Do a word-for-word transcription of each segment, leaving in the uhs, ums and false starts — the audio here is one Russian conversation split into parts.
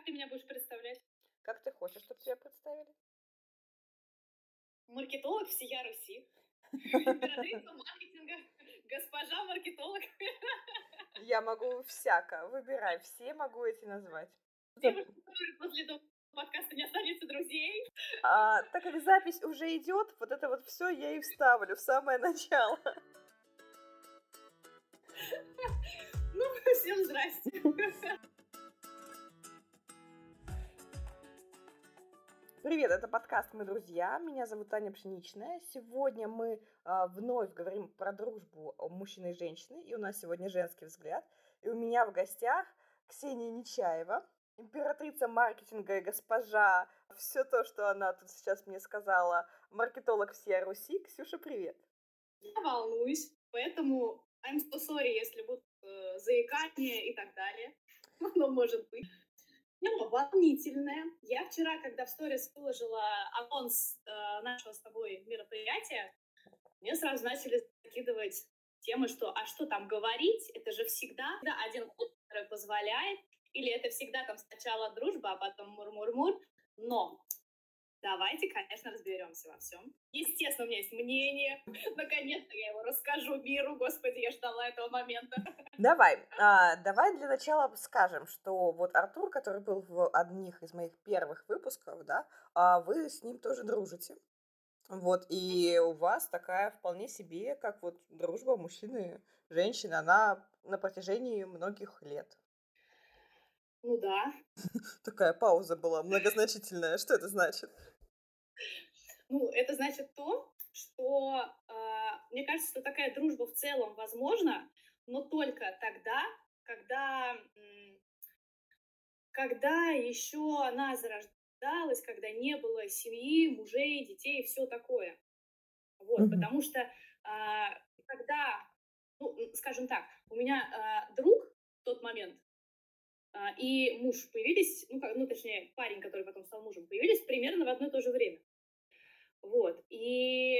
ты меня будешь представлять? Как ты хочешь, чтобы тебя представили? Маркетолог всея Руси. Императрица маркетинга. Госпожа маркетолог. Я могу всяко. Выбирай. Все могу эти назвать. Девушка, которая после этого подкаста не останется друзей. А, так как запись уже идет, вот это вот все я и вставлю в самое начало. Ну, всем здрасте. Привет, это подкаст «Мы друзья». Меня зовут Аня Пшеничная. Сегодня мы а, вновь говорим про дружбу мужчины и женщины. И у нас сегодня женский взгляд. И у меня в гостях Ксения Нечаева, императрица маркетинга и госпожа. Все то, что она тут сейчас мне сказала, маркетолог всея Руси. Ксюша, привет. Я волнуюсь, поэтому I'm so sorry, если будут э, заикания и так далее. Но может быть. Тема волнительная. Я вчера, когда в сторис выложила анонс э, нашего с тобой мероприятия, мне сразу начали закидывать темы, что а что там говорить? Это же всегда да, один ход, который позволяет, или это всегда там сначала дружба, а потом мур-мур-мур. Но давайте, конечно, разберемся во всем. Естественно, у меня есть мнение. Наконец-то я его расскажу миру. Господи, я ждала этого момента. Давай, а, давай для начала скажем, что вот Артур, который был в одних из моих первых выпусков, да, а вы с ним тоже дружите. Вот, и у вас такая вполне себе, как вот дружба мужчины и женщины, она на протяжении многих лет. Ну да. Такая пауза была многозначительная. Что это значит? Ну, это значит то, что э, мне кажется, что такая дружба в целом возможна, но только тогда, когда, м, когда еще она зарождалась, когда не было семьи, мужей, детей и все такое. Вот, Мгм. потому что э, когда, ну, м, скажем так, у меня э, друг в тот момент э, и муж появились, ну, как, ну, точнее, парень, который потом стал мужем, появились примерно в одно и то же время. Вот, и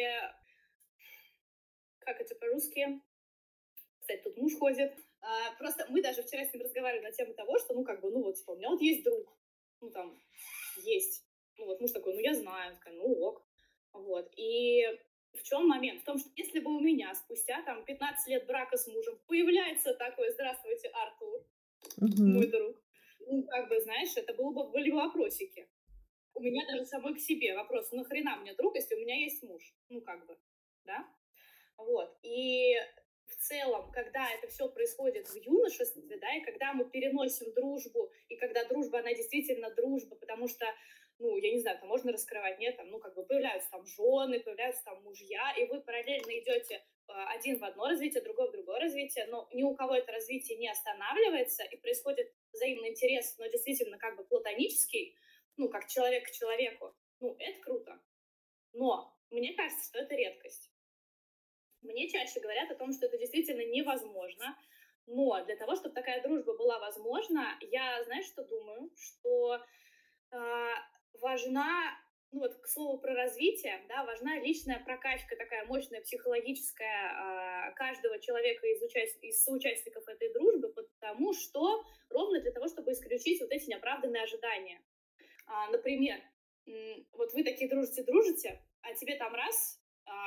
как это по-русски? Кстати, тут муж ходит. А, просто мы даже вчера с ним разговаривали на тему того, что, ну, как бы, ну, вот, типа, у меня вот есть друг, ну, там, есть. Ну, вот муж такой, ну, я знаю, такая, ну, ок. Вот, и в чем момент? В том, что если бы у меня спустя, там, пятнадцать лет брака с мужем появляется такой, здравствуйте, Артур, мой друг, ну, как бы, знаешь, это было бы, были бы вопросики. У меня даже самой к себе вопрос, ну, нахрена мне друг, если у меня есть муж? Ну, как бы, да? Вот, и в целом, когда это все происходит в юношестве, да, и когда мы переносим дружбу, и когда дружба, она действительно дружба, потому что, ну, я не знаю, там можно раскрывать, нет, там, ну, как бы появляются там жены, появляются там мужья, и вы параллельно идете один в одно развитие, другой в другое развитие, но ни у кого это развитие не останавливается, и происходит взаимный интерес, но действительно как бы платонический, ну, как человек к человеку, ну, это круто. Но мне кажется, что это редкость. Мне чаще говорят о том, что это действительно невозможно, но для того, чтобы такая дружба была возможна, я, знаешь, что думаю? Что э, важна, ну вот к слову про развитие, да, важна личная прокачка, такая мощная психологическая э, каждого человека из, участ... из соучастников этой дружбы, потому что ровно для того, чтобы исключить вот эти неоправданные ожидания. А, например, м, вот вы такие дружите-дружите, а тебе там раз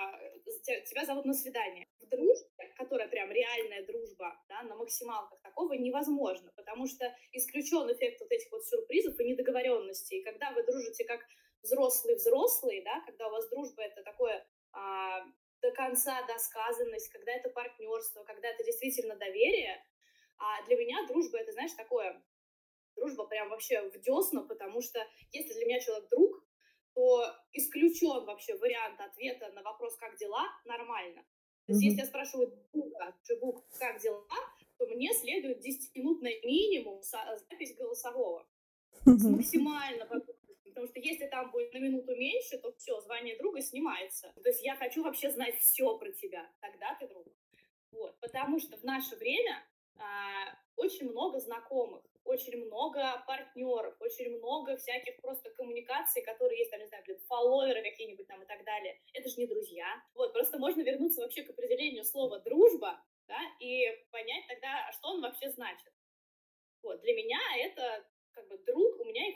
тебя зовут на свидание. В дружбе, которая прям реальная дружба, да, на максималках, такого невозможно, потому что исключен эффект вот этих вот сюрпризов и недоговоренностей. И когда вы дружите как взрослые-взрослые, да, когда у вас дружба это такое а, до конца досказанность, когда это партнерство, когда это действительно доверие, а для меня дружба это, знаешь, такое, дружба прям вообще в десна, потому что если для меня человек друг, то исключен вообще вариант ответа на вопрос «как дела?» нормально. То есть, если я спрашиваю друга, Джибук, как дела, то мне следует десятиминутный минимум запись голосового. С максимально потому что если там будет на минуту меньше, то все, звание друга снимается. То есть я хочу вообще знать все про тебя, тогда ты друг. Вот, потому что в наше время а, очень много знакомых, очень много партнеров, очень много всяких просто коммуникаций, которые есть, там, не знаю, блин, фолловеры какие-нибудь там и так далее. Это же не друзья. Вот, просто можно вернуться вообще к определению слова «дружба», да, и понять тогда, что он вообще значит. Вот, для меня это как бы друг, у меня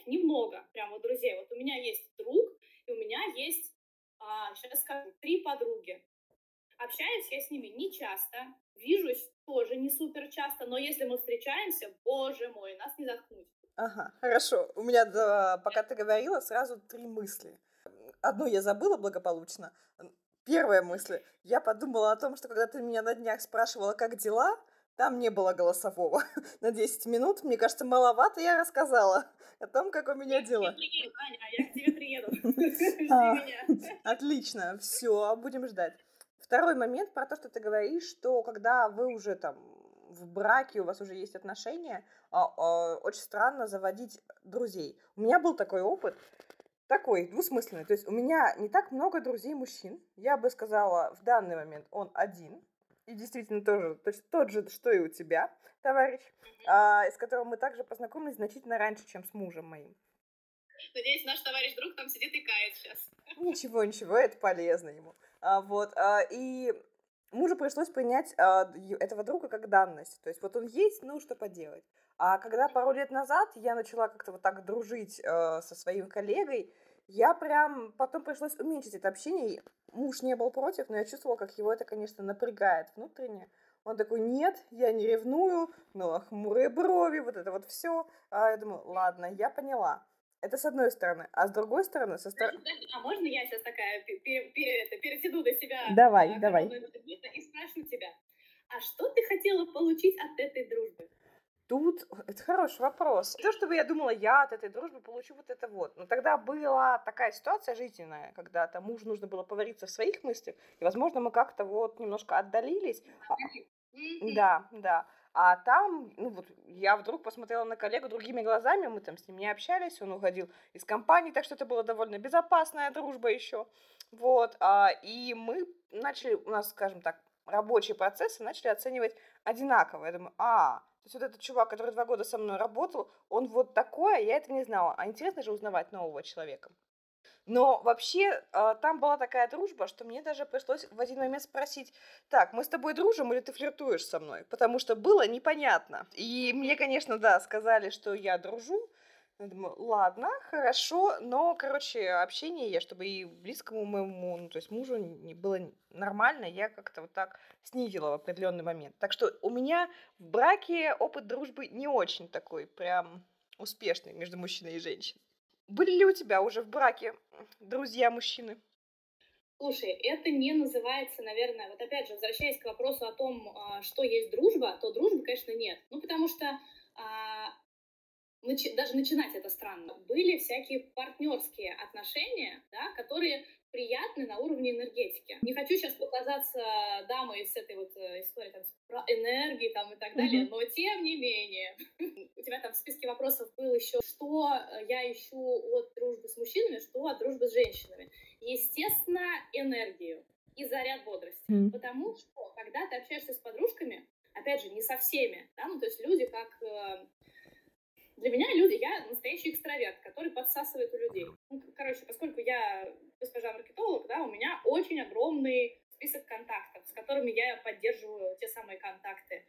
их немного, прям вот друзей. Вот у меня есть друг, и у меня есть, а, сейчас скажу, три подруги. Общаюсь я с ними не часто, вижусь тоже не супер часто, но если мы встречаемся, боже мой, нас не заткнуть. Ага, хорошо. У меня, да, пока ты говорила, сразу три мысли. Одну я забыла благополучно. Первая мысль. Я подумала о том, что когда ты меня на днях спрашивала, как дела, там не было голосового. На десять минут, мне кажется, маловато я рассказала о том, как у меня Я к тебе дела. приеду, Аня, я к тебе приеду. Жди меня. Отлично, все, будем ждать. Второй момент про то, что ты говоришь, что когда вы уже там в браке, у вас уже есть отношения, а, а, очень странно заводить друзей. У меня был такой опыт, такой двусмысленный. То есть у меня не так много друзей мужчин. Я бы сказала, в данный момент он один. И действительно тоже то есть тот же, что и у тебя, товарищ, а, с которым мы также познакомились значительно раньше, чем с мужем моим. Надеюсь, наш товарищ друг там сидит и кает сейчас. Ничего, ничего, это полезно ему. А, вот, а, и мужу пришлось принять а, ю- этого друга как данность. То есть вот он есть, ну что поделать. А когда пару лет назад я начала как-то вот так дружить э, со своим коллегой, я прям потом пришлось уменьшить это общение. И муж не был против, но я чувствовала, как его это, конечно, напрягает внутренне. Он такой, нет, я не ревную, но хмурые брови, вот это вот все. А я думаю, ладно, я поняла. Это с одной стороны. А с другой стороны, со стороны... Подожди, подожди, а можно я сейчас такая пе- пе- пе- это, перетяну до себя Давай, а, давай. коронную интеллигентно и спрошу тебя, а что ты хотела получить от этой дружбы? Тут это хороший вопрос. Не то, чтобы я думала, я от этой дружбы получу вот это вот. Но тогда была такая ситуация жизненная, когда там мужу нужно было повариться в своих мыслях, и, возможно, мы как-то вот немножко отдалились. А, Мгм. Да, да. А там, ну вот, я вдруг посмотрела на коллегу другими глазами, мы там с ним не общались, он уходил из компании, так что это была довольно безопасная дружба еще. Вот, а, и мы начали, у нас, скажем так, рабочие процессы начали оценивать одинаково. Я думаю, а, то есть вот этот чувак, который два года со мной работал, он вот такой, а я этого не знала. А интересно же узнавать нового человека. Но вообще, а, там была такая дружба, что мне даже пришлось в один момент спросить: "Так, мы с тобой дружим или ты флиртуешь со мной?" Потому что было непонятно. И мне, конечно, да, сказали, что я дружу. Я думаю: "Ладно, хорошо". Но, короче, общение я, чтобы и близкому моему, ну, то есть мужу не было н нормально, я как-то вот так снизила в определенный момент. Так что у меня в браке опыт дружбы не очень такой прям успешный между мужчиной и женщиной. Были ли у тебя уже в браке друзья-мужчины? Слушай, это не называется, наверное, вот опять же, возвращаясь к вопросу о том, а, что есть дружба, то дружбы, конечно, нет. Ну, потому что а, начи- даже начинать это странно. Были всякие партнерские отношения, да, которые приятны на уровне энергетики. Не хочу сейчас показаться дамой с этой вот э, историей там, про энергии там, и так далее, Мгм. но тем не менее. У тебя там в списке вопросов был еще, что э, я ищу от дружбы с мужчинами, что от дружбы с женщинами. Естественно, энергию и заряд бодрости. М. Потому что, когда ты общаешься с подружками, опять же, не со всеми, да, ну, то есть люди как э, для меня люди, я настоящий экстраверт, который подсасывает у людей. Ну, короче, поскольку я госпожа маркетолог, да, у меня очень огромный список контактов, с которыми я поддерживаю те самые контакты.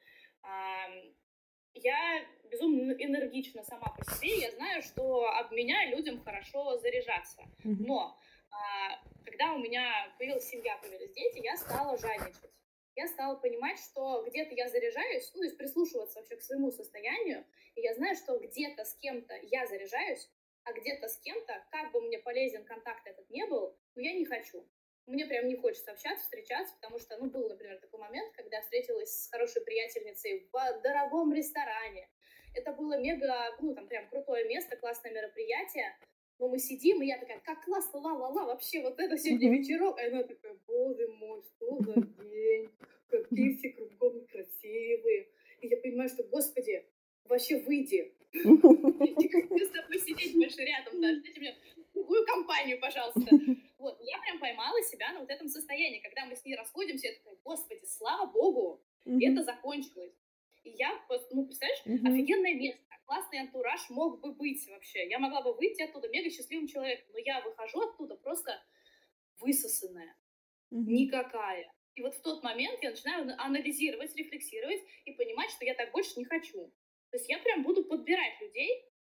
Я безумно энергична сама по себе, я знаю, что об меня людям хорошо заряжаться. Мгм. Но а, когда у меня появилась семья, появились дети, я стала жадничать. Я стала понимать, что где-то я заряжаюсь, ну, то есть прислушиваться вообще к своему состоянию, и я знаю, что где-то с кем-то я заряжаюсь, а где-то с кем-то, как бы мне полезен контакт этот не был, но я не хочу. Мне прям не хочется общаться, встречаться, потому что, ну, был, например, такой момент, когда я встретилась с хорошей приятельницей в дорогом ресторане. Это было мега, ну, там прям крутое место, классное мероприятие. Но мы сидим, и я такая, как классно, ла-ла-ла, вообще вот это сегодня Мгм. вечерок. А она такая, боже мой, что за день, какие все кругом красивые. И я понимаю, что, господи, вообще выйди. Не хочу с тобой сидеть больше рядом даже. Дайте мне другую компанию, пожалуйста. Вот, я прям поймала себя на вот этом состоянии, когда мы с ней расходимся, я такая, господи, слава богу, это Мгм. закончилось. И я, просто, ну, представляешь, Мгм. офигенное место, классный антураж мог бы быть вообще. Я могла бы выйти оттуда мега счастливым человеком, но я выхожу оттуда просто высосанная, Мгм. никакая. И вот в тот момент я начинаю анализировать, рефлексировать и понимать, что я так больше не хочу. То есть я прям буду подбирать людей,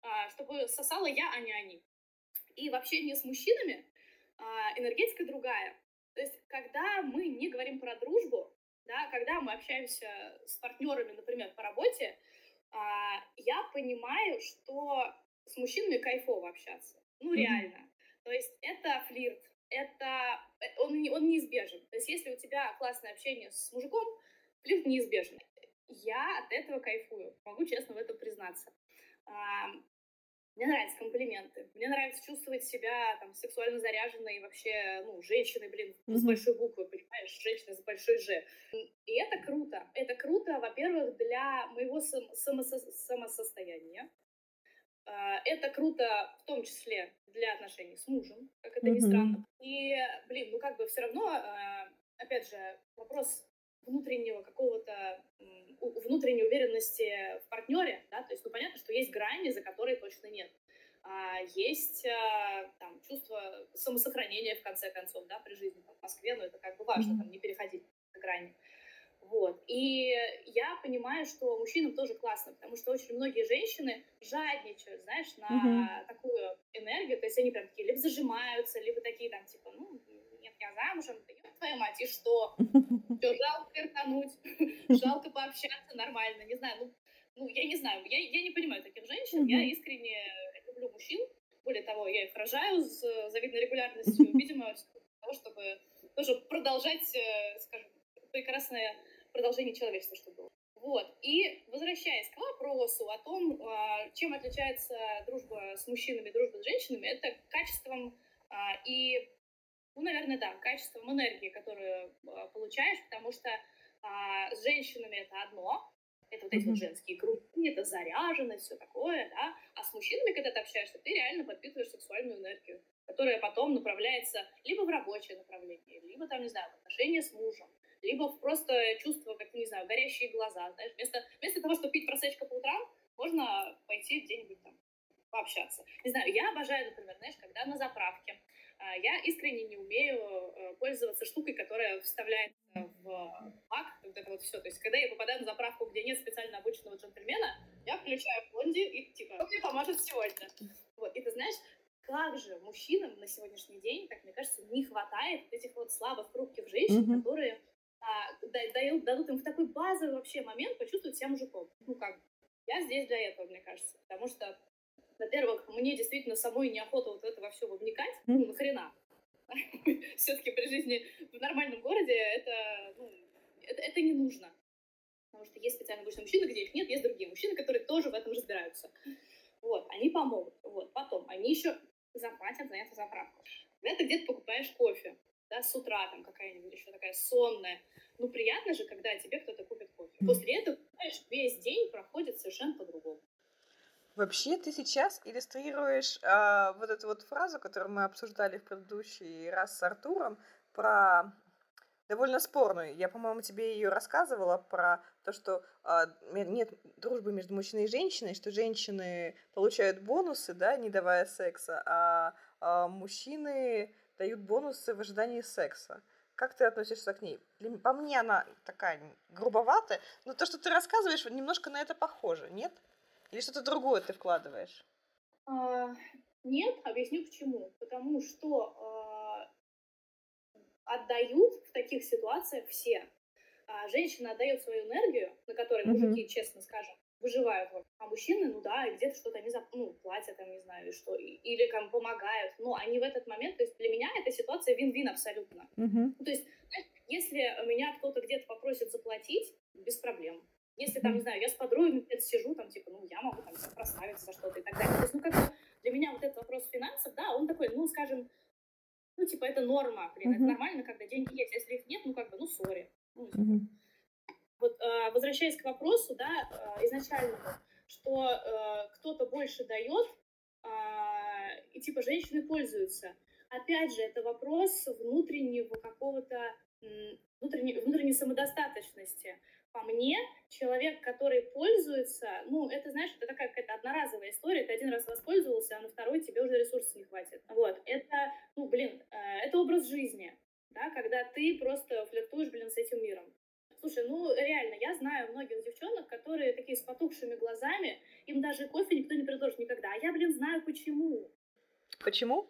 а, чтобы сосала я, а не они. И в общении с мужчинами а, энергетика другая. То есть, когда мы не говорим про дружбу, да, когда мы общаемся с партнерами, например, по работе, а, я понимаю, что с мужчинами кайфово общаться. Ну, Мгм. реально. То есть это флирт, это э, он, не- он неизбежен. То есть если у тебя классное общение с мужиком, флирт неизбежен. Я от этого кайфую, могу честно в этом признаться. А, Мне нравятся комплименты. Мне нравится чувствовать себя там сексуально заряженной вообще, ну, женщиной, блин, с Мгм. большой буквы, понимаешь, женщина с большой «Ж». И это круто. Это круто, во-первых, для моего сам- самосо- самосостояния. А, Это круто в том числе для отношений с мужем, как это ни странно. Мгм. И, блин, ну как бы все равно, а, опять же, вопрос внутреннего какого-то, м, у- внутренней уверенности в партнере, да, то есть, ну, понятно, что есть грани, за которые точно нет. А, есть а, там чувство самосохранения, в конце концов, да, при жизни там, в Москве, но это как бы важно, Мгм. там, не переходить грани. Вот. И я понимаю, что мужчинам тоже классно, потому что очень многие женщины жадничают, знаешь, Мгм. на такую энергию, то есть они прям такие либо зажимаются, либо такие там, типа, ну, нет, я замужем, да ёб твою мать, и что? Что, жалко флиртануть, жалко пообщаться нормально, не знаю, ну, ну я не знаю, я, я не понимаю таких женщин, я Мгм. искренне люблю мужчин, более того, я их рожаю с завидной регулярностью, видимо, для того, чтобы тоже продолжать, э, скажем, прекрасное продолжение человечества, чтобы было. Вот. И возвращаясь к вопросу о том, а, чем отличается дружба с мужчинами и дружба с женщинами, это качеством а, и, ну, наверное, да, качеством энергии, которую а, получаешь, потому что а, с женщинами это одно, это вот эти вот Мгм. женские круги, это заряженность, все такое, да, а с мужчинами, когда ты общаешься, ты реально подпитываешь сексуальную энергию, которая потом направляется либо в рабочее направление, либо там, не знаю, в отношения с мужем, либо в просто чувство, как, не знаю, горящие глаза, знаешь, вместо, вместо того, чтобы пить просечка по утрам, можно пойти где-нибудь там пообщаться. Не знаю, я обожаю, например, знаешь, когда на заправке а, я искренне не умею э, пользоваться штукой, которая вставляется в бак, вот это вот все. То есть, когда я попадаю на заправку, где нет специально обученного джентльмена, я включаю фонди и типа, кто мне поможет сегодня? Вот, и ты знаешь, как же мужчинам на сегодняшний день, как мне кажется, не хватает этих вот слабых, хрупких женщин, Мгм. которые а, да- дают, дадут им в такой базовый вообще момент почувствовать себя мужиком. Ну как, я здесь для этого, мне кажется, потому что, во-первых, мне действительно самой неохота вот в это во все вникать, ну нахрена. Все-таки при жизни в нормальном городе это, ну, это, это не нужно. Потому что есть специально обычные мужчины, где их нет, есть другие мужчины, которые тоже в этом разбираются. Вот, они помогут. Вот, потом, они еще заплатят за эту заправку. Когда ты где-то покупаешь кофе, да, с утра там какая-нибудь еще такая сонная, ну, приятно же, когда тебе кто-то купит кофе. После этого, знаешь, весь день проходит совершенно по-другому. Вообще, ты сейчас иллюстрируешь а, вот эту вот фразу, которую мы обсуждали в предыдущий раз с Артуром, про довольно спорную. Я, по-моему, тебе ее рассказывала про то, что а, ме- нет дружбы между мужчиной и женщиной, что женщины получают бонусы, да, не давая секса, а, а мужчины дают бонусы в ожидании секса. Как ты относишься к ней? Для м- по мне она такая грубоватая, но то, что ты рассказываешь, немножко на это похоже, нет? Или что-то другое ты вкладываешь? А, Нет, объясню почему. Потому что а, отдают в таких ситуациях все. А, женщина отдает свою энергию, на которой Мгм. мужики, честно скажем, выживают. А мужчины, ну да, и где-то что-то они зап- ну, платят, там, не знаю, и что, и- или там помогают. Но они в этот момент, то есть для меня эта ситуация вин-вин абсолютно. Мгм. Ну, то есть, знаешь, если меня кто-то где-то попросит заплатить, без проблем. Если там, не Мгм. знаю, я с подругой где-то сижу, там, типа, ну, я могу там прославиться за что-то и так далее. То есть, ну, как бы для меня вот этот вопрос финансов, да, он такой, ну, скажем, ну, типа, это норма, блин, это Мгм. нормально, когда деньги есть. Если их нет, ну, как бы, ну, сори. Ну, типа, Мгм. вот, э, возвращаясь к вопросу, да, э, изначальному, что э, кто-то больше дает, а, и типа женщины пользуются. Опять же, это вопрос внутреннего какого-то м, внутренней, внутренней самодостаточности. По мне, человек, который пользуется, ну, это, знаешь, это такая какая-то одноразовая история, ты один раз воспользовался, а на второй тебе уже ресурсов не хватит. Вот, это, ну, блин, э, это образ жизни, да, когда ты просто флиртуешь, блин, с этим миром. Слушай, ну реально, я знаю многих девчонок, которые такие с потухшими глазами, им даже кофе никто не предложит никогда. А я, блин, знаю почему. Почему?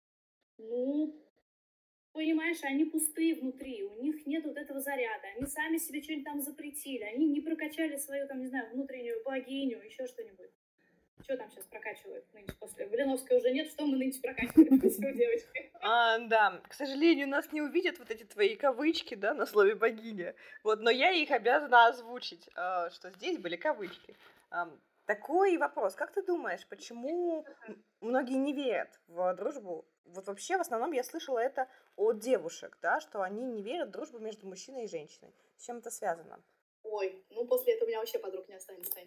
Ну, понимаешь, они пустые внутри, у них нет вот этого заряда, они сами себе что-нибудь там запретили, они не прокачали свою, там, не знаю, внутреннюю богиню, еще что-нибудь. Что там сейчас прокачивают нынче после? Блиновской уже нет, что мы нынче прокачиваем, девочки? А, да, к сожалению, нас не увидят вот эти твои кавычки, да, на слове богиня. Вот, но я их обязана озвучить, а, что здесь были кавычки. Ам, такой вопрос. Как ты думаешь, почему м- многие не верят в дружбу? Вот вообще, в основном, я слышала это от девушек, да, что они не верят в дружбу между мужчиной и женщиной. С чем это связано? Ой, ну после этого у меня вообще подруг не останется, Тань.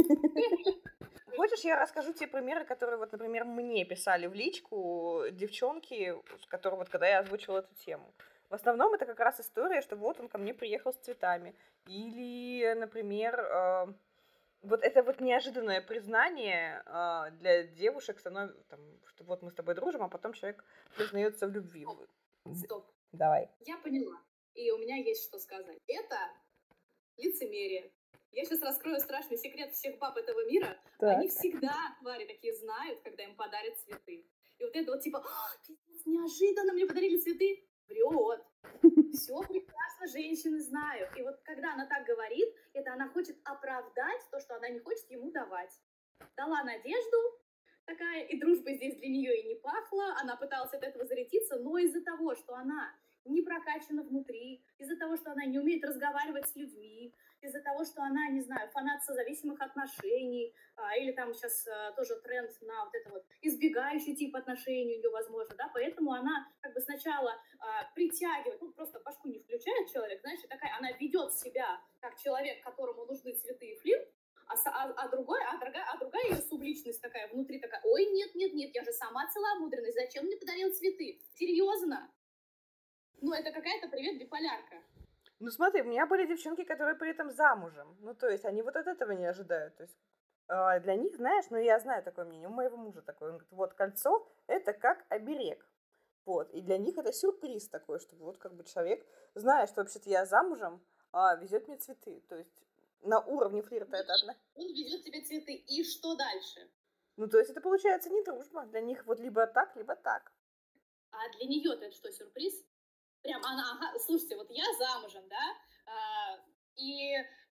Хочешь, я расскажу тебе примеры, которые, вот, например, мне писали в личку девчонки, с которой вот когда я озвучивала эту тему. В основном это как раз история, что вот он ко мне приехал с цветами. Или, например, э, вот это вот неожиданное признание э, для девушек, станов- там, что вот мы с тобой дружим, а потом человек признается в любви. Стоп, стоп. Давай. Я поняла. И у меня есть что сказать. Это лицемерие. Я сейчас раскрою страшный секрет всех баб этого мира. Так. Они всегда, твари такие, знают, когда им подарят цветы. И вот это вот типа, «А, пиздец, неожиданно мне подарили цветы. Врет. Все прекрасно женщины знают. И вот когда она так говорит, это она хочет оправдать то, что она не хочет ему давать. Дала надежду такая, и дружба здесь для нее и не пахла. Она пыталась от этого зарядиться, но из-за того, что она не прокачана внутри, из-за того, что она не умеет разговаривать с людьми, из-за того, что она, не знаю, фанат созависимых отношений, а, или там сейчас а, тоже тренд на вот это вот избегающий тип отношений у нее, возможно, да, поэтому она как бы сначала а, притягивает, ну, просто башку не включает человек, знаешь, и такая, она ведет себя как человек, которому нужны цветы и флирт, а, а, а, другой, а, другая, а другая ее субличность такая, внутри такая, ой, нет, нет, нет, я же сама целомудренная, зачем мне подарил цветы? Серьезно? Ну, это какая-то, привет, биполярка. Ну смотри, у меня были девчонки, которые при этом замужем. Ну, то есть они вот от этого не ожидают. То есть э, для них, знаешь, ну я знаю такое мнение, у моего мужа такое. Он говорит, вот кольцо это как оберег. Вот. И для них это сюрприз такой, что вот как бы человек, зная, что вообще-то я замужем, а, везет мне цветы. То есть на уровне флирта это одна. Он везет тебе цветы. И что дальше? Ну, то есть это получается не дружба. Для них вот либо так, либо так. А для нее-то это что, сюрприз? Прям она, ага, слушайте, вот я замужем, да, а, и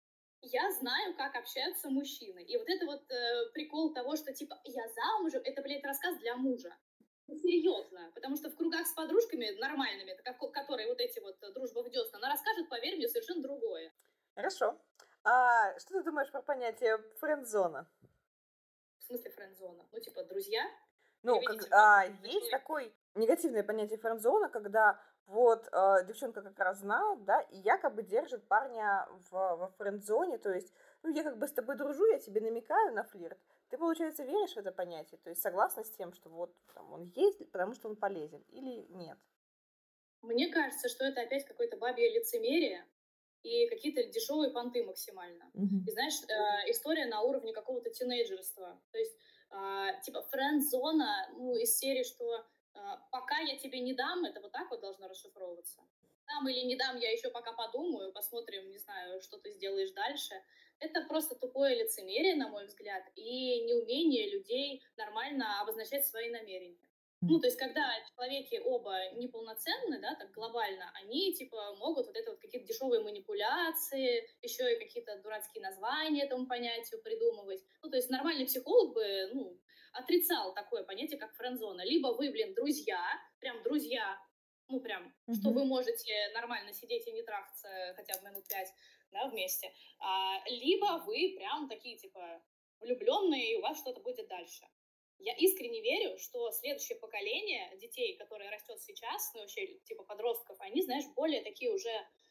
я знаю, как общаются мужчины. И вот это вот э, прикол того, что типа я замужем, это, блядь, рассказ для мужа. Ну, серьезно. Потому что в кругах с подружками нормальными, это как, которые вот эти вот дружба в десна, она расскажет, поверь мне, совершенно другое. Хорошо. А что ты думаешь про понятие френд-зона? В смысле френд-зона? Ну, типа, друзья? Ну, Переведите, как, пожалуйста, а, на есть человека. такое негативное понятие френд-зона, когда вот э, девчонка как раз знает, да, и якобы держит парня в, во френд-зоне, то есть, ну, я как бы с тобой дружу, я тебе намекаю на флирт, ты, получается, веришь в это понятие, то есть согласна с тем, что вот там, он есть, потому что он полезен, или нет? Мне кажется, что это опять какое-то бабье лицемерие и какие-то дешевые понты максимально. Мгм. И знаешь, э, история на уровне какого-то тинейджерства. То есть, э, типа, френд-зона, ну, из серии, что э, пока я тебе не дам, это вот так вот должно расшифровываться. Дам или не дам, я еще пока подумаю, посмотрим, не знаю, что ты сделаешь дальше. Это просто тупое лицемерие, на мой взгляд, и неумение людей нормально обозначать свои намерения. Ну, то есть, когда человеки оба неполноценны, да, так глобально, они, типа, могут вот это вот какие-то дешевые манипуляции, еще и какие-то дурацкие названия этому понятию придумывать. Ну, то есть, нормальный психолог бы, ну, отрицал такое понятие, как френд-зона. Либо вы, блин, друзья, прям друзья, ну, прям, что Мгм. вы можете нормально сидеть и не трахаться хотя бы минут пять, да, вместе. А, либо вы прям такие, типа, влюбленные, и у вас что-то будет дальше. Я искренне верю, что следующее поколение детей, которое растет сейчас, ну вообще типа подростков, они, знаешь, более такие уже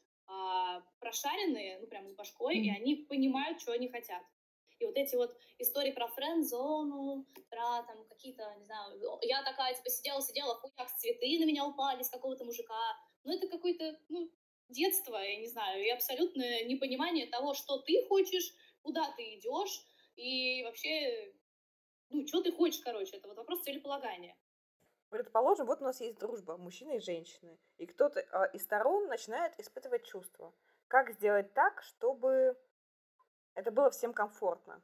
а, прошаренные, ну прям с башкой, и Мгм. они понимают, что они хотят. И вот эти вот истории про френд-зону, про там какие-то, не знаю, я такая, типа, сидела-сидела, хуяк, цветы на меня упали с какого-то мужика. Ну это какое-то, ну, детство, я не знаю, и абсолютное непонимание того, что ты хочешь, куда ты идешь, и вообще ну, что ты хочешь, короче, это вот вопрос целеполагания. Предположим, вот у нас есть дружба мужчины и женщины, и кто-то а, из сторон начинает испытывать чувства. как сделать так, чтобы это было всем комфортно?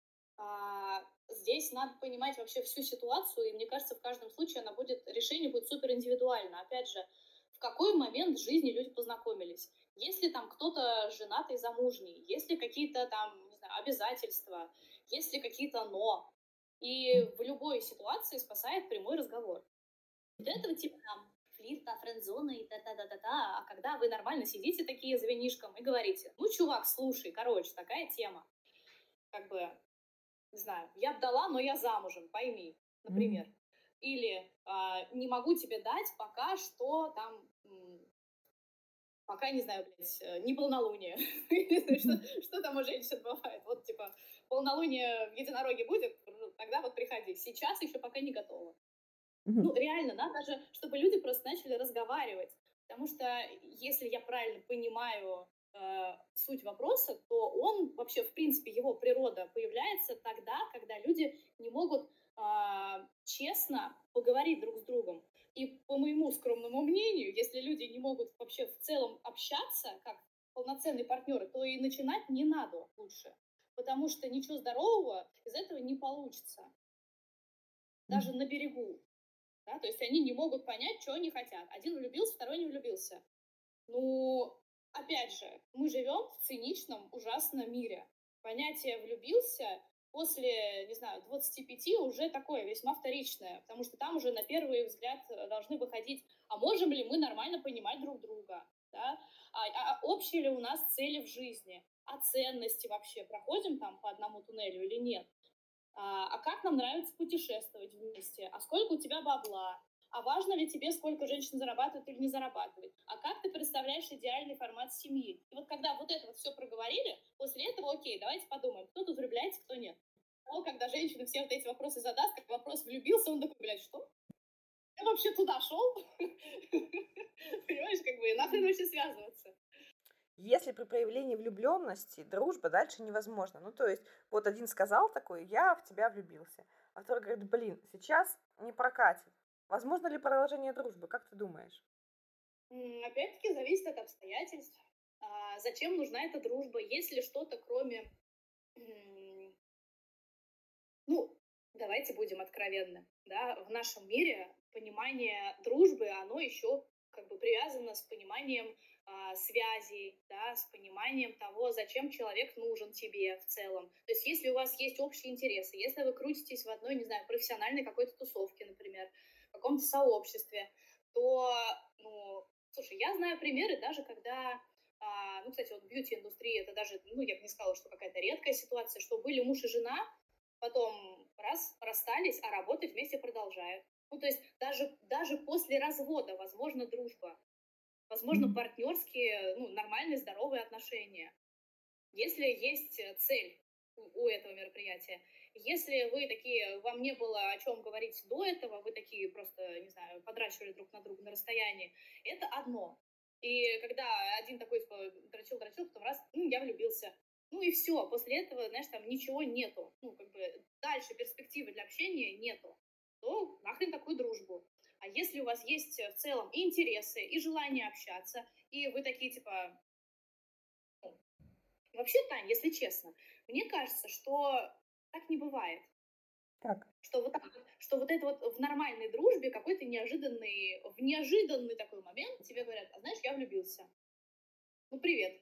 А, здесь надо понимать вообще всю ситуацию, и мне кажется, в каждом случае она будет, решение будет супер индивидуально. Опять же, в какой момент жизни люди познакомились? Если там кто-то женатый, замужний, если какие-то там, не знаю, обязательства, если какие-то но. И в любой ситуации спасает прямой разговор. Вот этого типа там флирта, френд-зоны и та-та-та-та-та, а когда вы нормально сидите такие за винишком и говорите, ну, чувак, слушай, короче, такая тема, как бы, не знаю, я б дала, но я замужем, пойми, например. Мгм. Или а, не могу тебе дать пока что там, м, пока, не знаю, блядь, э, не полнолуние. Не знаю, Что, что там у женщин бывает? Вот, типа, полнолуние в единороге будет, р- тогда вот приходи. Сейчас еще пока не готова. Ну, Мгм. реально, надо же, чтобы люди просто начали разговаривать. Потому что, если я правильно понимаю э, суть вопроса, то он вообще, в принципе, его природа появляется тогда, когда люди не могут а, честно поговорить друг с другом. И по моему скромному мнению, если люди не могут вообще в целом общаться как полноценные партнеры, то и начинать не надо лучше. Потому что ничего здорового из этого не получится. Даже Мгм. на берегу. Да, то есть они не могут понять, что они хотят. Один влюбился, второй не влюбился. Ну, опять же, мы живем в циничном, ужасном мире. Понятие «влюбился» после, не знаю, двадцати пяти уже такое весьма вторичное, потому что там уже на первый взгляд э, должны выходить, а можем ли мы нормально понимать друг друга, да? а, а общие ли у нас цели в жизни, а ценности вообще, проходим там по одному туннелю или нет? А, а как нам нравится путешествовать вместе? А сколько у тебя бабла? А важно ли тебе, сколько женщин зарабатывает или не зарабатывает? А как ты представляешь идеальный формат семьи? И вот когда вот это вот все проговорили, после этого, окей, давайте подумаем, кто тут влюбляется, кто нет. Но когда женщина все вот эти вопросы задаст, как вопрос влюбился, он такой, блядь, что? Я вообще туда шел? Понимаешь, как бы, и нахрен вообще связываться? Если при проявлении влюбленности дружба дальше невозможна. Ну, то есть, вот один сказал такой, я в тебя влюбился, а второй говорит, блин, сейчас не прокатит. Возможно ли продолжение дружбы, как ты думаешь? М, Опять-таки зависит от обстоятельств. А, Зачем нужна эта дружба? Есть ли что-то, кроме м, ну, давайте будем откровенны, да, в нашем мире понимание дружбы, оно еще как бы привязано с пониманием а, связей, да, с пониманием того, зачем человек нужен тебе в целом. То есть если у вас есть общие интересы, если вы крутитесь в одной, не знаю, профессиональной какой-то тусовке, например, в каком-то сообществе, то, ну, слушай, я знаю примеры даже, когда а, ну, кстати, вот бьюти-индустрия, это даже, ну, я бы не сказала, что какая-то редкая ситуация, что были муж и жена, потом раз, расстались, а работать вместе продолжают. Ну, то есть даже, даже после развода возможна дружба, возможно, Мгм. партнерские, ну, нормальные, здоровые отношения. Если есть э, цель у, у этого мероприятия. Если вы такие, вам не было о чем говорить до этого, вы такие просто, не знаю, подращивали друг на друга на расстоянии, это одно. И когда один такой типа, дрочил-дрочил, потом раз, ну, я влюбился. Ну и все, после этого, знаешь, там ничего нету. Ну, как бы дальше перспективы для общения нету. То нахрен такую дружбу. А если у вас есть э, в целом и интересы, и желание общаться, и вы такие, типа, ну, вообще, Тань, если честно, мне кажется, что так не бывает. Так. Что вот, так вот- что вот это вот в нормальной дружбе какой-то неожиданный, в неожиданный такой момент тебе говорят, а знаешь, я влюбился. Ну, привет.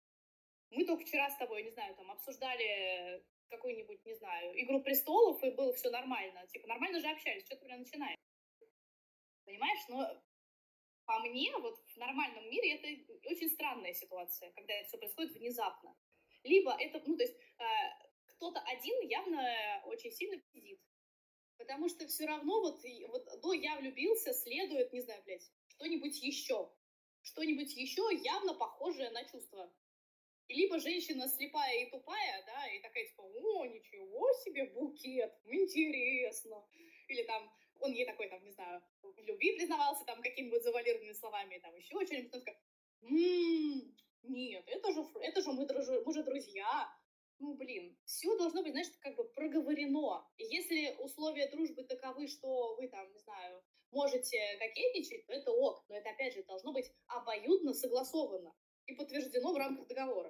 Мы только вчера с тобой, не знаю, там обсуждали какую-нибудь, не знаю, Игру престолов, и было все нормально. Типа, нормально же общались, что ты прям начинаешь? Понимаешь? Но по мне, вот в нормальном мире это очень странная ситуация, когда это все происходит внезапно. Либо это, ну, то есть э, кто-то один явно очень сильно пиздит. Потому что все равно вот, и- вот до «я влюбился» следует, не знаю, блядь, что-нибудь еще. Что-нибудь еще явно похожее на чувство. И либо женщина слепая и тупая, да, и такая типа, о, ничего себе, букет, интересно. Или там он ей такой, там, не знаю, в любви признавался там какими-нибудь завуалированными словами, там еще что-нибудь, потом такая, «М, нет, это же, фр- это же мы, дружи- мы же друзья. Ну, блин, все должно быть, знаешь, как бы проговорено. И если условия дружбы таковы, что вы там, не знаю, можете кокетничать, то это ок. Но это, опять же, должно быть обоюдно согласовано. и подтверждено в рамках договора.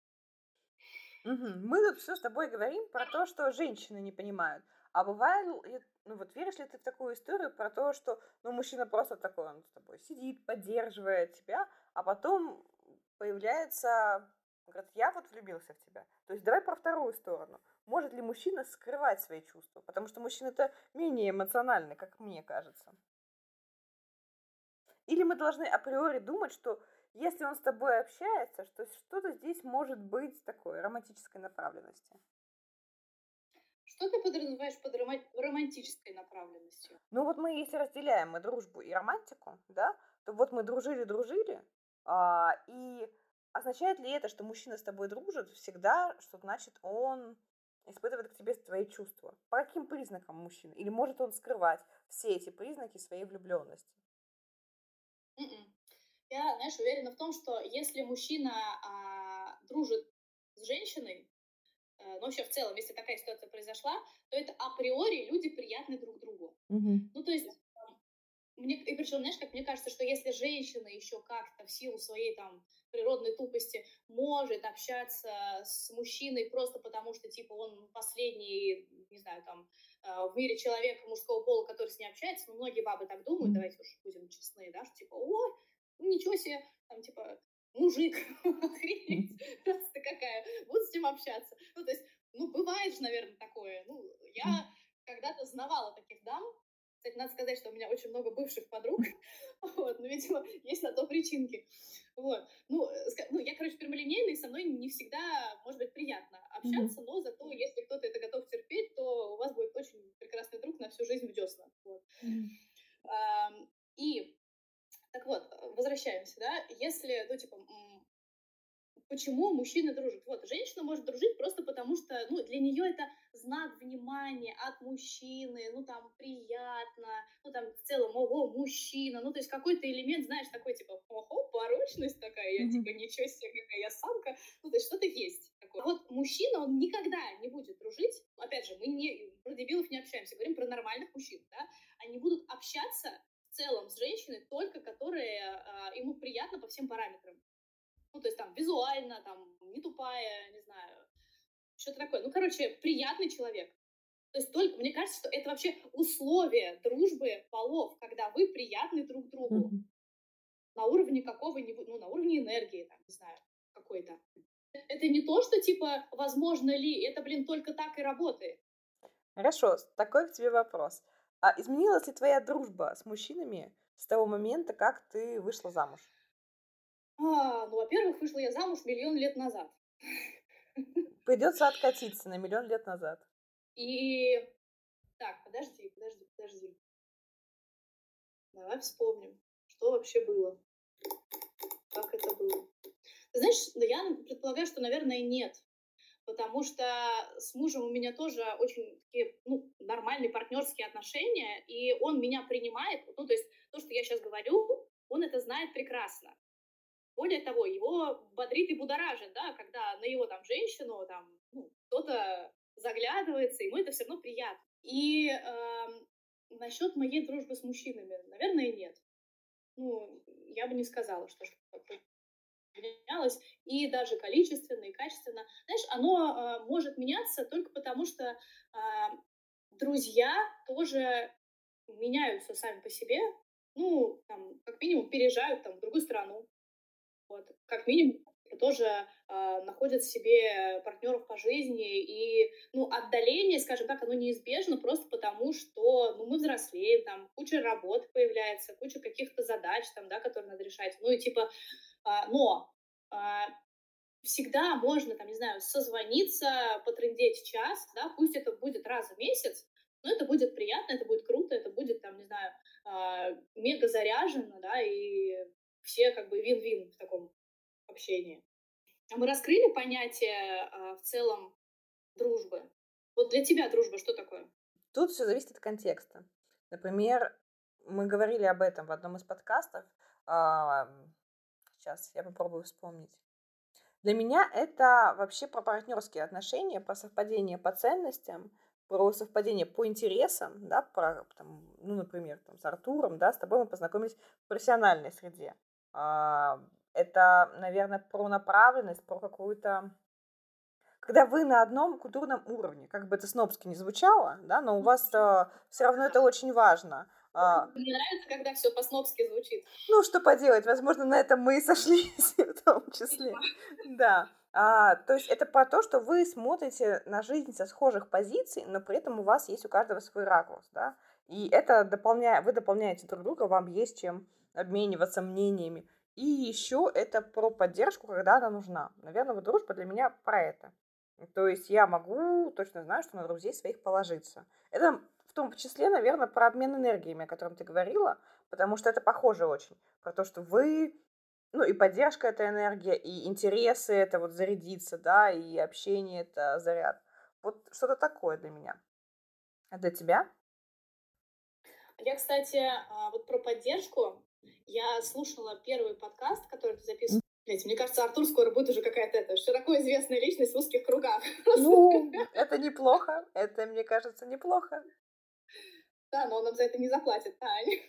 Мгм. Мы тут все с тобой говорим про то, что женщины не понимают. А бывает, ли- ну вот веришь ли ты в такую историю про то, что ну, мужчина просто такой, он с тобой сидит, поддерживает тебя, а потом появляется, говорит, я вот влюбился в тебя. То есть давай про вторую сторону. Может ли мужчина скрывать свои чувства? Потому что мужчина это менее эмоциональный, как мне кажется. Или мы должны априори думать, что если он с тобой общается, что что-то здесь может быть такой романтической направленности. Что ты подразумеваешь под рома- романтической направленностью? Ну вот мы, если разделяем мы дружбу и романтику, да, то вот мы дружили-дружили, а, и означает ли это, что мужчина с тобой дружит всегда, что значит он испытывает к тебе твои чувства? По каким признакам мужчина? Или может он скрывать все эти признаки своей влюбленности? М-м. Я, знаешь, уверена в том, что если мужчина а, дружит с женщиной, э, ну вообще в целом, если такая ситуация произошла, то это априори люди приятны друг другу. Мгм. Ну то есть мне, и причем, знаешь, как мне кажется, что если женщина еще как-то в силу своей там природной тупости может общаться с мужчиной просто потому, что, типа, он последний, не знаю, там, э, в мире человек мужского пола, который с ней общается, ну, многие бабы так думают, Мгм. давайте уж будем честны, да, что, типа, ой, ну, ничего себе, там, типа, мужик, охренеть, раз ты какая, буду с ним общаться. Ну, то есть, ну, бывает же, наверное, такое. Ну, я когда-то знавала таких дам. Кстати, надо сказать, что у меня очень много бывших подруг, вот, но, видимо, есть на то причинки. Вот. Ну, э, ска- ну, я, короче, прямолинейная, и со мной не всегда, может быть, приятно Мгм. общаться, но зато, если кто-то это готов терпеть, то у вас будет очень прекрасный друг на всю жизнь в десна. Вот. Мгм. Ам, И, так вот, э, возвращаемся, да, если, ну, типа, м, почему мужчины дружат? Вот, женщина может дружить просто потому, что, ну, для нее это знак внимания от мужчины, ну, там, приятно, ну, там, в целом, ого, мужчина, ну, то есть какой-то элемент, знаешь, такой, типа, ого, порочность такая, я, Мгм. типа, ничего себе, какая я самка, ну, то есть что-то есть такое. А вот мужчина, он никогда не будет дружить, опять же, мы не, про дебилов не общаемся, говорим про нормальных мужчин, да, они будут общаться в целом с женщиной только, которые а, ему приятно по всем параметрам. Ну, то есть там визуально, там, не тупая, не знаю, что-то такое. Ну, короче, приятный человек. То есть только, мне кажется, что это вообще условие дружбы полов, когда вы приятны друг другу Мгм. на уровне какого-нибудь, ну, на уровне энергии, там, не знаю, какой-то. Это не то, что, типа, возможно ли, это, блин, только так и работает. Хорошо, с- такой к тебе вопрос. А изменилась ли твоя дружба с мужчинами с того момента, как ты вышла замуж? А, ну, во-первых, вышла я замуж миллион лет назад. Придется откатиться на миллион лет назад. И так, подожди, подожди, подожди. Давай вспомним, что вообще было, как это было. Ты знаешь, да я предполагаю, что, наверное, нет. Потому что с мужем у меня тоже очень такие, ну, нормальные партнерские отношения, и он меня принимает. Ну, то есть то, что я сейчас говорю, он это знает прекрасно. Более того, его бодрит и будоражит, да, когда на его там женщину там ну, кто-то заглядывается, ему это все равно приятно. И эм, насчет моей дружбы с мужчинами, наверное, нет. Ну, я бы не сказала, что что-то менялось, и даже количественно, и качественно. Знаешь, оно э, может меняться только потому, что э, друзья тоже меняются сами по себе, ну, там, как минимум, переезжают там, в другую страну, вот, как минимум, тоже э, находят себе партнеров по жизни, и, ну, отдаление, скажем так, оно неизбежно просто потому, что, ну, мы взрослеем, там, куча работы появляется, куча каких-то задач, там, да, которые надо решать, ну, и типа, а, но а, всегда можно, там, не знаю, созвониться, потрындеть час, да, пусть это будет раз в месяц, но это будет приятно, это будет круто, это будет, там, не знаю, а, мега заряженно, да, и все как бы вин-вин в таком общении. А мы раскрыли понятие а, в целом дружбы. Вот для тебя дружба что такое? Тут все зависит от контекста. Например, мы говорили об этом в одном из подкастов. А, сейчас я попробую вспомнить. Для меня это вообще про партнерские отношения, про совпадение по ценностям, про совпадение по интересам, да, про, там, ну, например, там, с Артуром, да, с тобой мы познакомились в профессиональной среде. А, Это, наверное, про направленность, про какую-то... Когда вы на одном культурном уровне, как бы это снобски не звучало, да, но у вас все равно это очень важно. А, Мне нравится, когда все по-снобски звучит. Ну, что поделать, возможно, на этом мы и сошлись в том числе. Да. А, то есть это про то, что вы смотрите на жизнь со схожих позиций, но при этом у вас есть у каждого свой ракурс, да. И это дополняет, вы дополняете друг друга, вам есть чем обмениваться мнениями. И еще это про поддержку, когда она нужна. Наверное, вот дружба для меня про это. То есть я могу, точно знаю, что на друзей своих положиться. Это в том числе, наверное, про обмен энергиями, о котором ты говорила, потому что это похоже очень. Про то, что вы, ну и поддержка — это энергия, и интересы — это вот зарядиться, да, и общение — это заряд. Вот что-то такое для меня. А для тебя? Я, кстати, а, вот про поддержку. Я слушала первый подкаст, который ты записывал. Блять, мне кажется, Артур скоро будет уже какая-то это, широко известная личность в узких кругах. Ну, это неплохо. Это, мне кажется, неплохо. Да, но он нам за это не заплатит, Тань.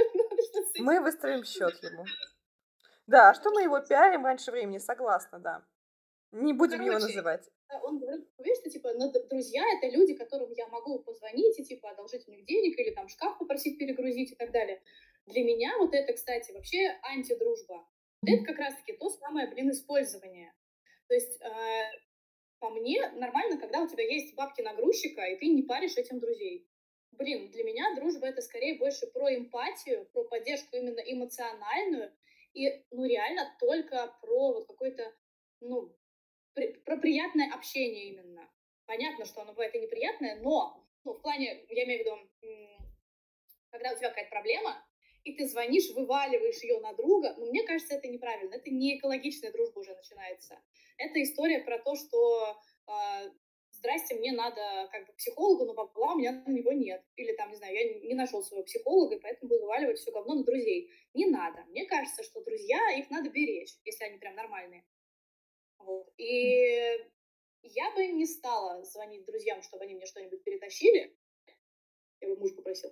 Мы выставим счет ему. Да, а что мы его пиарим раньше времени, согласна, да. Не будем его Короче, называть. он говорит, видишь, что, типа, ну, друзья — это люди, которым я могу позвонить и, типа, одолжить у них денег или там шкаф попросить перегрузить и так далее. Для меня вот это, кстати, вообще антидружба. Вот это как раз-таки то самое, блин, использование. То есть, э, по мне, нормально, когда у тебя есть бабки на грузчика, и ты не паришь этим друзей. Блин, для меня дружба — это скорее больше про эмпатию, про поддержку именно эмоциональную, и, ну, реально только про вот какой-то, ну, при, про приятное общение именно. Понятно, что оно бывает и неприятное, но, ну, в плане, я имею в виду, когда у тебя какая-то проблема, и ты звонишь, вываливаешь ее на друга, но мне кажется, это неправильно. Это не экологичная дружба уже начинается. Это история про то, что э, здрасте, мне надо как бы к психологу, но бабла у меня на него нет. Или там, не знаю, я не нашел своего психолога, и поэтому буду вываливать все говно на друзей. Не надо. Мне кажется, что друзья, их надо беречь, если они прям нормальные. Вот. И я бы не стала звонить друзьям, чтобы они мне что-нибудь перетащили. Я бы муж попросил.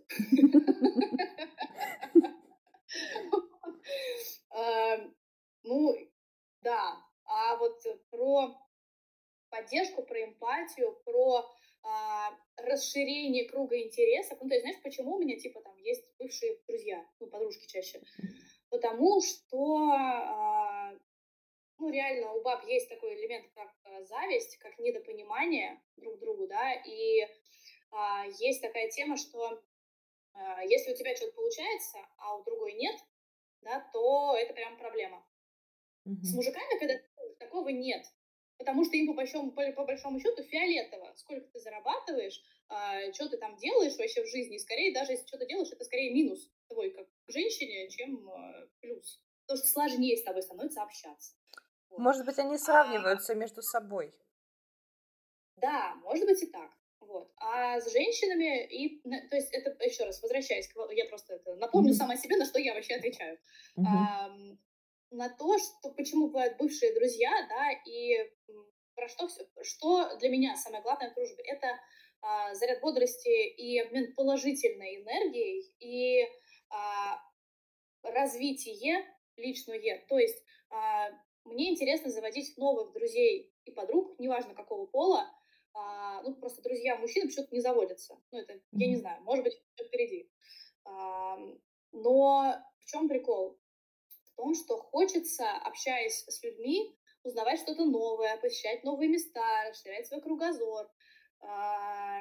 Ну, да. А вот про поддержку, про эмпатию, про расширение круга интересов. Ну, то есть, знаешь, почему у меня, типа, там есть бывшие друзья, ну, подружки чаще? Потому что, ну, реально, у баб есть такой элемент, как зависть, как недопонимание друг другу, да, и есть такая тема, что если у тебя что-то получается, а у другой нет, да, то это прям проблема. Mm-hmm. С мужиками, когда такого нет, потому что им по большому, по, по большому счету фиолетово, сколько ты зарабатываешь, э, что ты там делаешь вообще в жизни, скорее даже если что-то делаешь, это скорее минус твой как женщине, чем э, плюс, потому что сложнее с тобой становится общаться. Вот. Может быть, они сравниваются а... между собой. Да, может быть и так. Вот. А с женщинами, и, то есть это, еще раз, возвращаясь, к, я просто это напомню mm-hmm. сама себе, на что я вообще отвечаю. Mm-hmm. А, на то, что, почему бывают бывшие друзья, да, и про что все, что для меня самое главное в дружбе, это а, заряд бодрости и обмен положительной энергией, и а, развитие личное, то есть а, мне интересно заводить новых друзей и подруг, неважно какого пола, а, ну, просто друзья мужчины почему-то не заводятся. Ну, это, mm-hmm. я не знаю, может быть, впереди. А, но в чем прикол? В том, что хочется, общаясь с людьми, узнавать что-то новое, посещать новые места, расширять свой кругозор, а,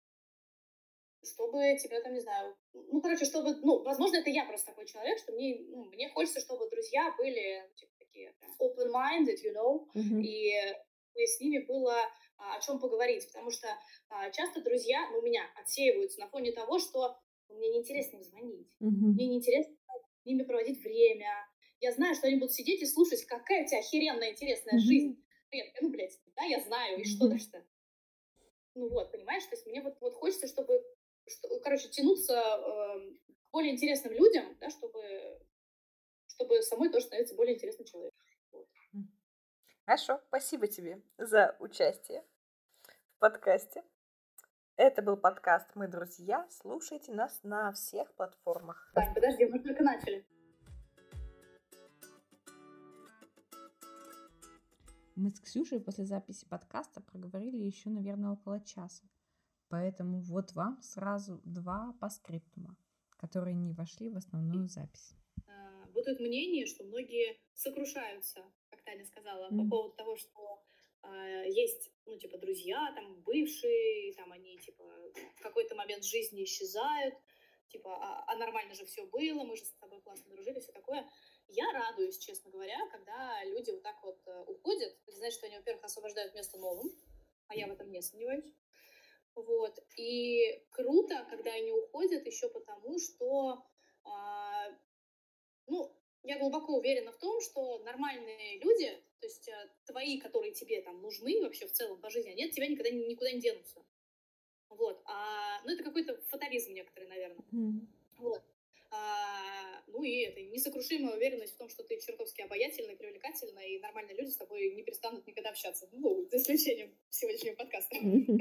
чтобы тебя там, не знаю, ну, короче, чтобы, ну, возможно, это я просто такой человек, что мне, ну, мне хочется, чтобы друзья были, типа, такие open-minded, you know, mm-hmm. и, и с ними было а, о чем поговорить, потому что а, часто друзья, ну, у меня отсеиваются на фоне того, что мне неинтересно им звонить, mm-hmm. мне неинтересно с ними проводить время, я знаю, что они будут сидеть и слушать, какая у тебя охеренная, интересная mm-hmm. жизнь. Нет, ну, блядь, да, я знаю, и mm-hmm. что дальше-то? Ну вот, понимаешь, то есть мне вот, вот хочется, чтобы Что, короче, тянуться э, к более интересным людям, да, чтобы, чтобы самой тоже становиться более интересным человеком. Вот. Хорошо, спасибо тебе за участие в подкасте. Это был подкаст «Мы друзья». Слушайте нас на всех платформах. Тань, подожди, мы только начали. Мы с Ксюшей после записи подкаста проговорили еще, наверное, около часа. Поэтому вот вам сразу два постскриптума, которые не вошли в основную запись. Бытует мнение, что многие сокрушаются, как Таня сказала, mm. по поводу того, что э, есть, ну, типа, друзья, там, бывшие, там, они, типа, в какой-то момент жизни исчезают, типа, а, а нормально же все было, мы же с тобой классно дружили, все такое. Я радуюсь, честно говоря, когда люди вот так вот э, уходят. Это значит, что они, во-первых, освобождают место новым, а я в этом не сомневаюсь. Вот. И круто, когда они уходят еще потому, что э, ну, я глубоко уверена в том, что нормальные люди, то есть э, твои, которые тебе там нужны вообще в целом по жизни, они от тебя никогда никуда не денутся. Вот. А, ну, это какой-то фатализм некоторый, наверное. Mm. Вот. А, ну и это несокрушимая уверенность в том, что ты чертовски обаятельный, привлекательный, и нормальные люди с тобой не перестанут никогда общаться. Ну, за исключением сегодняшнего подкаста.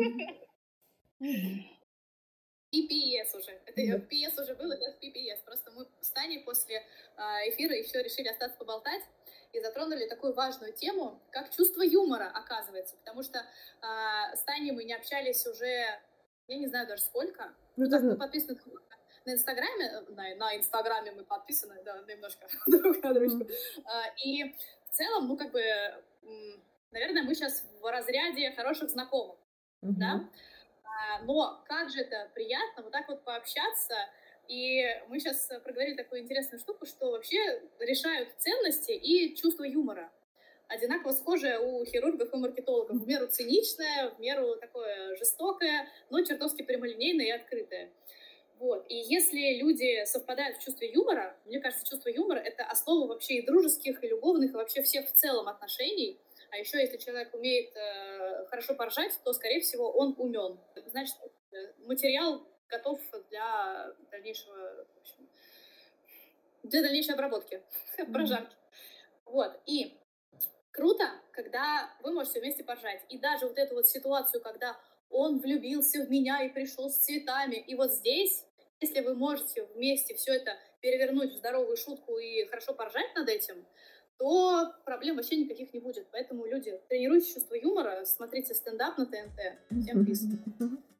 пи пи эс уже. Это mm-hmm. пи эс уже был, это пи пи эс. Просто мы с Таней после э, эфира еще решили остаться поболтать и затронули такую важную тему, как чувство юмора, оказывается. Потому что э, с Таней мы не общались уже, я не знаю даже сколько. Ну, так, мы подписаны на Инстаграме. На, на Инстаграме мы подписаны, да, немножко друг на дружку. Mm-hmm. И в целом, ну, как бы, наверное, мы сейчас в разряде хороших знакомых, mm-hmm. да? Но как же это приятно вот так вот пообщаться. И мы сейчас проговорили такую интересную штуку, что вообще решают ценности и чувство юмора. Одинаково схожее у хирургов и маркетологов. В меру циничное, в меру такое жестокое, но чертовски прямолинейное и открытое. Вот. И если люди совпадают в чувстве юмора, мне кажется, чувство юмора — это основа вообще и дружеских, и любовных, и вообще всех в целом отношений. А еще, если человек умеет э, хорошо поржать, то, скорее всего, он умен. Значит, материал готов для дальнейшего, в общем, для дальнейшей обработки, mm-hmm. прожарки. Вот. И круто, когда вы можете вместе поржать. И даже вот эту вот ситуацию, когда он влюбился в меня и пришел с цветами. И вот здесь, если вы можете вместе все это перевернуть в здоровую шутку и хорошо поржать над этим, то проблем вообще никаких не будет. Поэтому, люди, тренируйте чувство юмора, смотрите стендап на ТНТ. Всем пиз.